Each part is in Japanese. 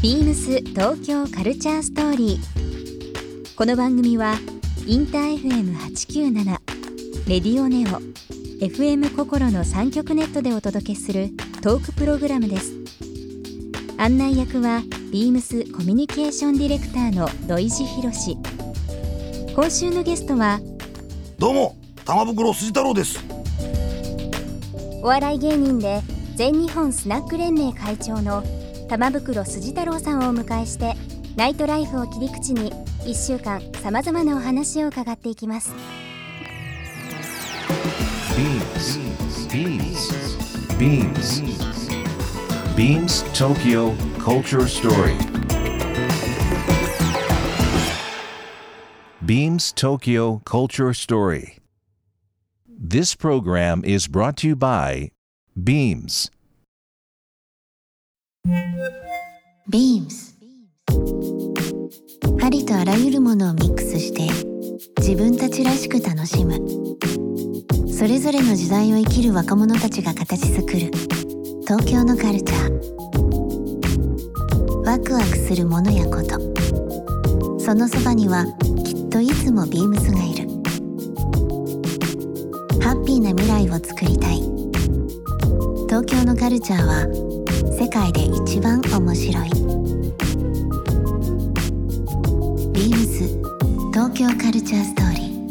ビームス東京カルチャーストーリー。この番組はインター FM897 レディオネオ FM 心の3極ネットでお届けするトークプログラムです。案内役はビームスコミュニケーションディレクターの土井博志。今週のゲストは、 どうも玉袋筋太郎です。 お笑い芸人で全日本スナック連盟会長の玉袋筋太郎さんをお迎えして、ナイトライフを切り口に1週間さまざまなお話を伺っていきます。 Beams Tokyo Culture Story. Beams Tokyo Culture Story. This program is brought to you by Beams. Beams ありとあらゆるものをミックスして自分たちらしく楽しむ、それぞれの時代を生きる若者たちが形作る東京のカルチャー。ワクワクするものやこと、そのそばにはきっといつもビームスがいる。ハッピーな未来を作りたい。東京のカルチャーは世界で一番面白い。ビームス東京カルチャーストーリー。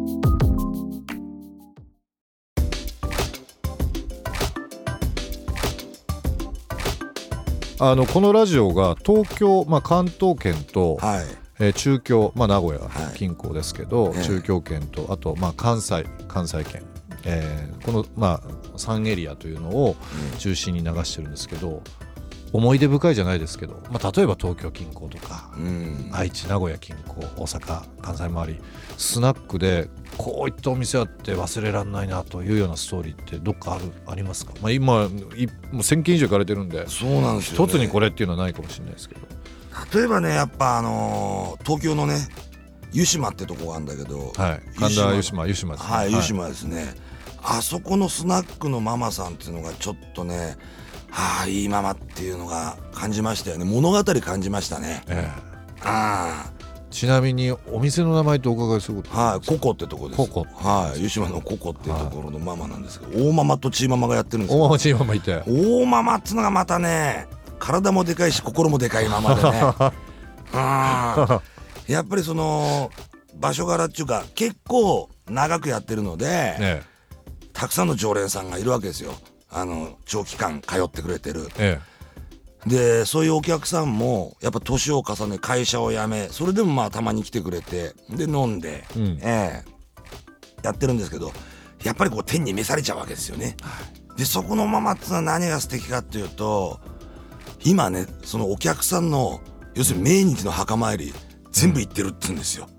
このラジオが東京、関東圏と、中京、名古屋近郊ですけど、中京圏とあと、関西圏、この、3エリアというのを中心に流してるんですけど、思い出深いじゃないですけど、例えば東京近郊とか、愛知名古屋近郊、大阪関西周り、スナックでこういったお店あって忘れられないなというようなストーリーってどっかありますか？今もう1000件以上行かれてるんで、 そうなんですよね。 一つにこれっていうのはないかもしれないですけど、 例えばね、やっぱ東京のね湯島ってとこがあるんだけど、 神田湯島ですね。 湯島ですね。あそこのスナックのママさんっていうのがちょっとね、いいママっていうのが感じましたよね。物語感じましたね。 ちなみにお店の名前ってお伺いすることですか？ ココってとこです。湯島のココっていうところのママなんですけど、大ママとチーママがやってるんですよ。 大ママチーママいて、 大ママっていうのがまたね、体もでかいし心もでかいママでねやっぱりその場所柄っていうか結構長くやってるので、たくさんの常連さんがいるわけですよ。長期間通ってくれてる、でそういうお客さんもやっぱ年を重ね会社を辞め、それでもたまに来てくれて、で飲んで、やってるんですけど、やっぱりこう天に召されちゃうわけですよね。でそこのママってのは何が素敵かっていうと、今ねそのお客さんの要するに命日の墓参り全部行ってるって言うんですよ。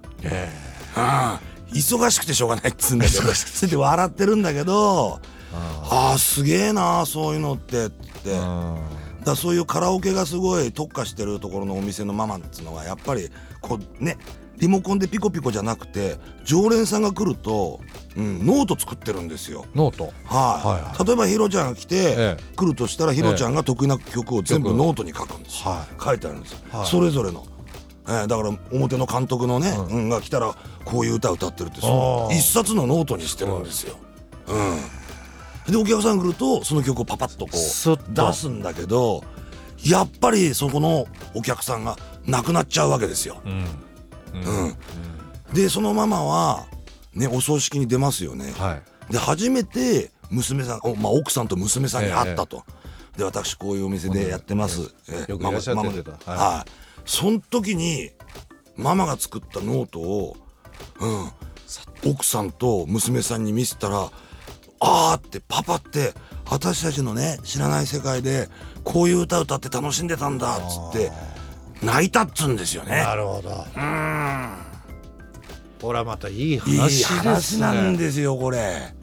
忙しくてしょうがないっつうんだけどそれで笑ってるんだけど、すげえなそういうのってだ、そういうカラオケがすごい特化してるところのお店のママっていうのはやっぱりこうね、リモコンでピコピコじゃなくて常連さんが来ると、ノート作ってるんですよ。 ノート、 例えばヒロちゃんが来て、来るとしたらヒロちゃんが得意な曲を全部ノートに書くんですよ。書いてあるんですよ、それぞれの。だから表の監督のね、が来たらこういう歌歌ってるって、その一冊のノートにしてるんですよ。でお客さん来るとその曲をパパッとこう出すんだけど、やっぱりそこのお客さんが亡くなっちゃうわけですよ。でそのママはねお葬式に出ますよね。で初めて娘さん、奥さんと娘さんに会ったと。で私こういうお店でやってます、 よくいらっしゃってた。 その時にママが作ったノートを、奥さんと娘さんに見せたら、ってパパって私たちのね知らない世界でこういう歌歌って楽しんでたんだっつって泣いたっつうんですよね。 なるほど。これはまたいい話ですね。いい話なんですよこれ。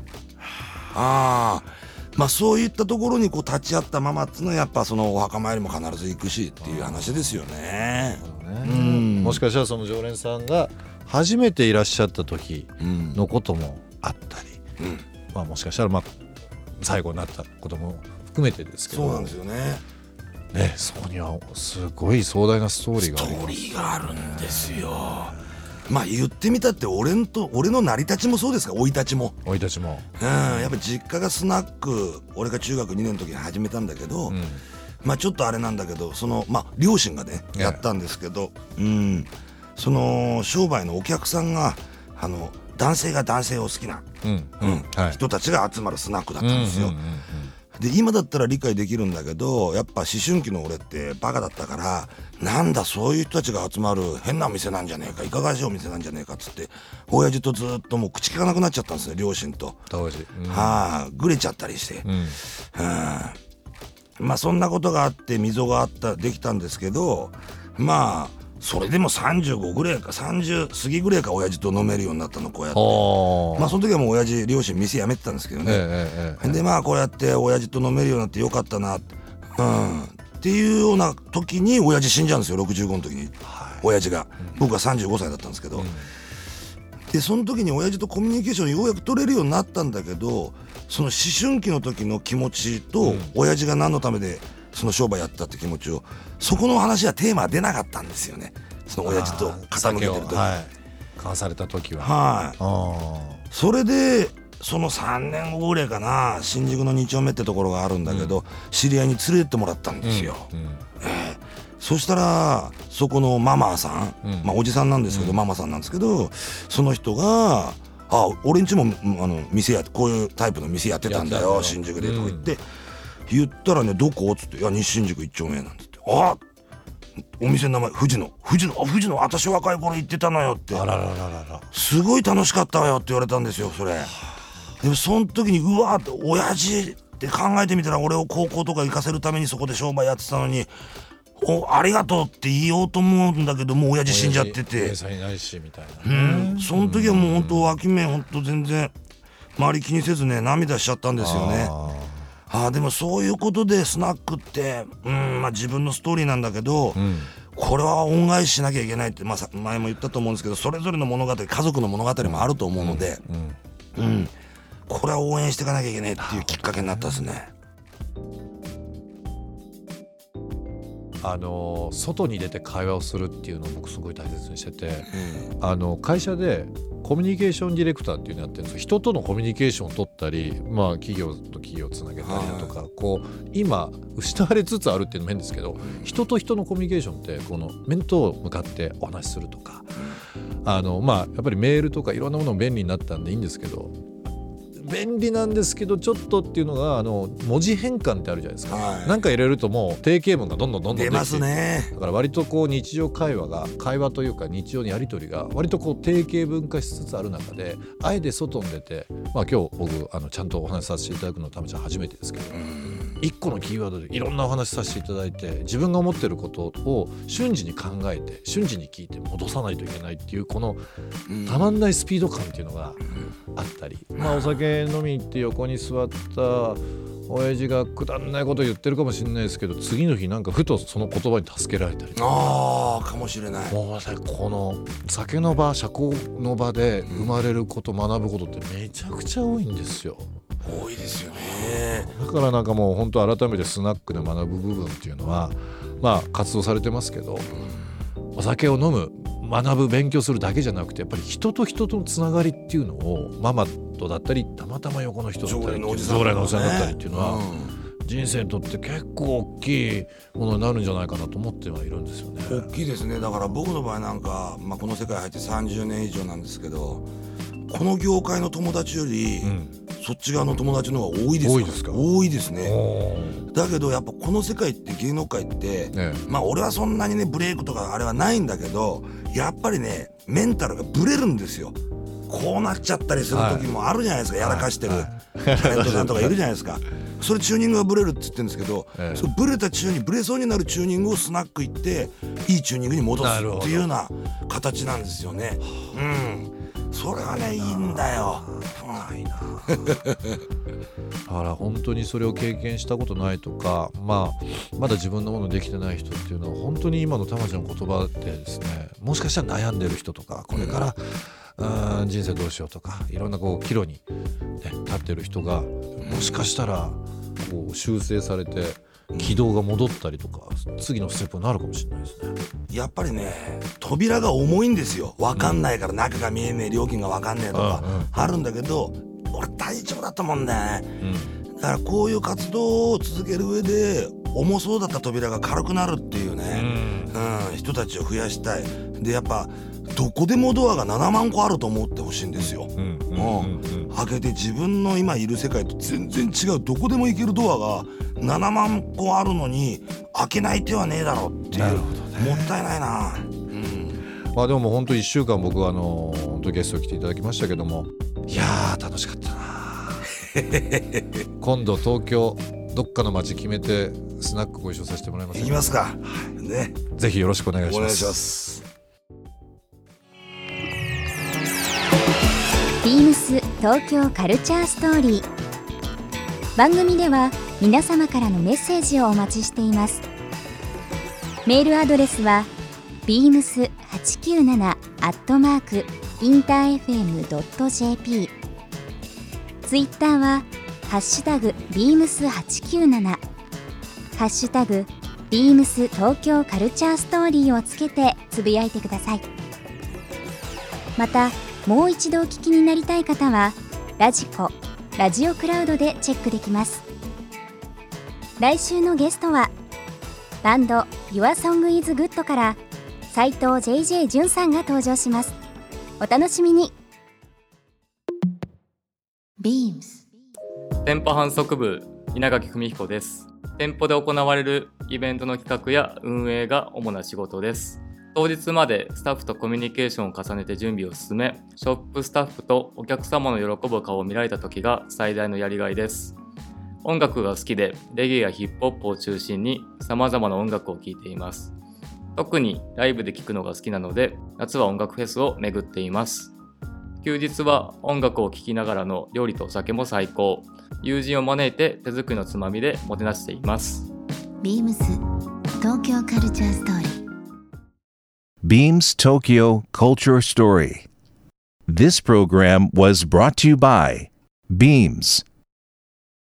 そういったところにこう立ち会ったママっていうのはやっぱそのお墓参りも必ず行くしっていう話ですよね。 もしかしたらその常連さんが初めていらっしゃった時のこともあったり、もしかしたら最後になったことも含めてですけど、 そうなんですよね。 ね、そこにはすごい壮大なストーリーがある。 ストーリーがあるんですよ。まあ言ってみたって俺の成り立ちもそうですから、生い立ちもやっぱ実家がスナック、俺が中学2年の時に始めたんだけど、まあちょっとあれなんだけど、まあ両親がねやったんですけど、その商売のお客さんが男性が男性を好きな、人たちが集まるスナックだったんですよ。で今だったら理解できるんだけど、やっぱ思春期の俺ってバカだったから、なんだそういう人たちが集まる変なお店なんじゃねえか、いかがわしいお店なんじゃねえかっつって、親父とずっともう口聞かなくなっちゃったんですよ、両親と。ぐれちゃったりして、まあそんなことがあって溝ができたんですけど、まあそれでも35ぐらいか30過ぎぐらいか親父と飲めるようになったの、こうやって。まあその時はもう親父両親店辞めてたんですけどね、でまあこうやって親父と飲めるようになってよかったな、っていうような時に親父死んじゃうんですよ、65の時に、親父が。僕は35歳だったんですけど、でその時に親父とコミュニケーションようやく取れるようになったんだけど、その思春期の時の気持ちと、親父が何のためでその商売やったって気持ちを、そこの話はテーマは出なかったんですよね、その親父と傾けてる時、 交わされた時は。 それでその3年後ぐらいかな、新宿の2丁目ってところがあるんだけど、知り合いに連れてってもらったんですよ。そしたらそこのママさん、まあおじさんなんですけど、ママさんなんですけど、その人が俺んちも店こういうタイプの店やってたんだよ新宿でとか言ったらね、どこっつって、いや西新宿1丁目なんつって、お店の名前富士の私若い頃行ってたのよって、すごい楽しかったわよって言われたんですよ、それ。でもその時にうわって、親父って考えてみたら俺を高校とか行かせるためにそこで商売やってたのに、ありがとうって言おうと思うんだけど、もう親父死んじゃってて、 その時はもう本当脇目本当全然周り気にせずね、涙しちゃったんですよね。でもそういうことでスナックって、まあ自分のストーリーなんだけど、これは恩返ししなきゃいけないって、まあ前も言ったと思うんですけど、それぞれの物語、家族の物語もあると思うので、これは応援していかなきゃいけないっていうきっかけになったですね。 外に出て会話をするっていうのを僕すごい大切にしてて、会社でコミュニケーションディレクターっていうのやってるんですよ。人とのコミュニケーションを取ったり、まあ企業と企業をつなげたりだとか、こう今失われつつあるっていうのも変ですけど、人と人のコミュニケーションってこの面と向かってお話しするとか、まあやっぱりメールとかいろんなもの便利になったんでいいんですけど、便利なんですけどちょっとっていうのが文字変換ってあるじゃないですか、なんか入れるともう定型文がどんどん出ますね。 だから割とこう日常会話というか日常のやり取りが割とこう定型文化しつつある中で、あえて外に出て、まあ今日僕ちゃんとお話しさせていただくのためじゃ初めてですけど、一個のキーワードでいろんなお話しさせていただいて、自分が思ってることを瞬時に考えて瞬時に聞いて戻さないといけないっていう、このたまんないスピード感っていうのがあったり、まあお酒飲みに行って横に座った親父がくだんないこと言ってるかもしれないですけど、次の日なんかふとその言葉に助けられたりとか、 かもしれない。 もうこの酒の場、社交の場で生まれること、学ぶことってめちゃくちゃ多いんですよ。 多いですよね。 だからなんかもう本当改めてスナックで学ぶ部分っていうのは、まあ活動されてますけど、お酒を飲む、学ぶ、勉強するだけじゃなくて、やっぱり人と人とのつながりっていうのをママとだったり、たまたま横の人だったり、将来のおじさんだったりっていうのは、人生にとって結構大きいものになるんじゃないかなと思ってはいるんですよね。 大きいですね。だから僕の場合なんか、この世界入って30年以上なんですけど、この業界の友達より、そっち側の友達の方が多いです。多いですね。だけどやっぱこの世界って芸能界って、まあ俺はそんなにねブレイクとかあれはないんだけど、やっぱりねメンタルがブレるんですよ。こうなっちゃったりする時もあるじゃないですか、やらかしてるタレントさんとかいるじゃないですか。それチューニングがブレるって言ってるんですけど、そのブレたブレそうになるチューニングをスナック行っていいチューニングに戻すっていうような形なんですよね。それはねいいんだよ。 だから本当にそれを経験したことないとか、まだ自分のものできてない人っていうのは、本当に今の玉ちゃんの言葉でですね、もしかしたら悩んでる人とか、これから人生どうしようとか、いろんなこう岐路に、立ってる人がもしかしたらこう修正されて軌道が戻ったりとか次のステップになるかもしれないですね。 やっぱりね扉が重いんですよ。分かんないから中が見えねえ料金が分かんねえとかあるんだけど、俺大丈夫だと思うんだよね、だからこういう活動を続ける上で重そうだった扉が軽くなるっていうね、人たちを増やしたい。でやっぱどこでもドアが7万個あると思ってほしいんですよ。開けて自分の今いる世界と全然違うどこでも行けるドアが7万個あるのに開けない手はねえだろうっていう、もったいないな。 まあでも本当1週間僕は本当ゲスト来ていただきましたけども、いやー楽しかったな今度東京どっかの街決めてスナックご一緒させてもらいますか。 行きますか、ね、 ぜひよろしくお願いします。 お願いします。 ビームス東京カルチャーストーリー。番組では皆様からのメッセージをお待ちしています。メールアドレスは beams897@interfm.jp。 ツイッターはハッシュタグ beams897、 ハッシュタグ beams 東京カルチャーストーリーをつけてつぶやいてください。またもう一度お聞きになりたい方はラジコ、ラジオクラウドでチェックできます。来週のゲストはバンド YourSongIsGood から斉藤 JJ 淳さんが登場します。お楽しみに。 BEAMS 店舗販促部稲垣文彦です。店舗で行われるイベントの企画や運営が主な仕事です。当日までスタッフとコミュニケーションを重ねて準備を進め、ショップスタッフとお客様の喜ぶ顔を見られた時が最大のやりがいです。音楽が好きでレゲエやヒップホップを中心に様々な音楽を聴いています。特にライブで聴くのが好きなので夏は音楽フェスを巡っています。休日は音楽を聴きながらの料理とお酒も最高。友人を招いて手作りのつまみでもてなしています。 BEAMS 東京カルチャーストーリー。 Beams Tokyo Culture Story. This program was brought to you by Beams.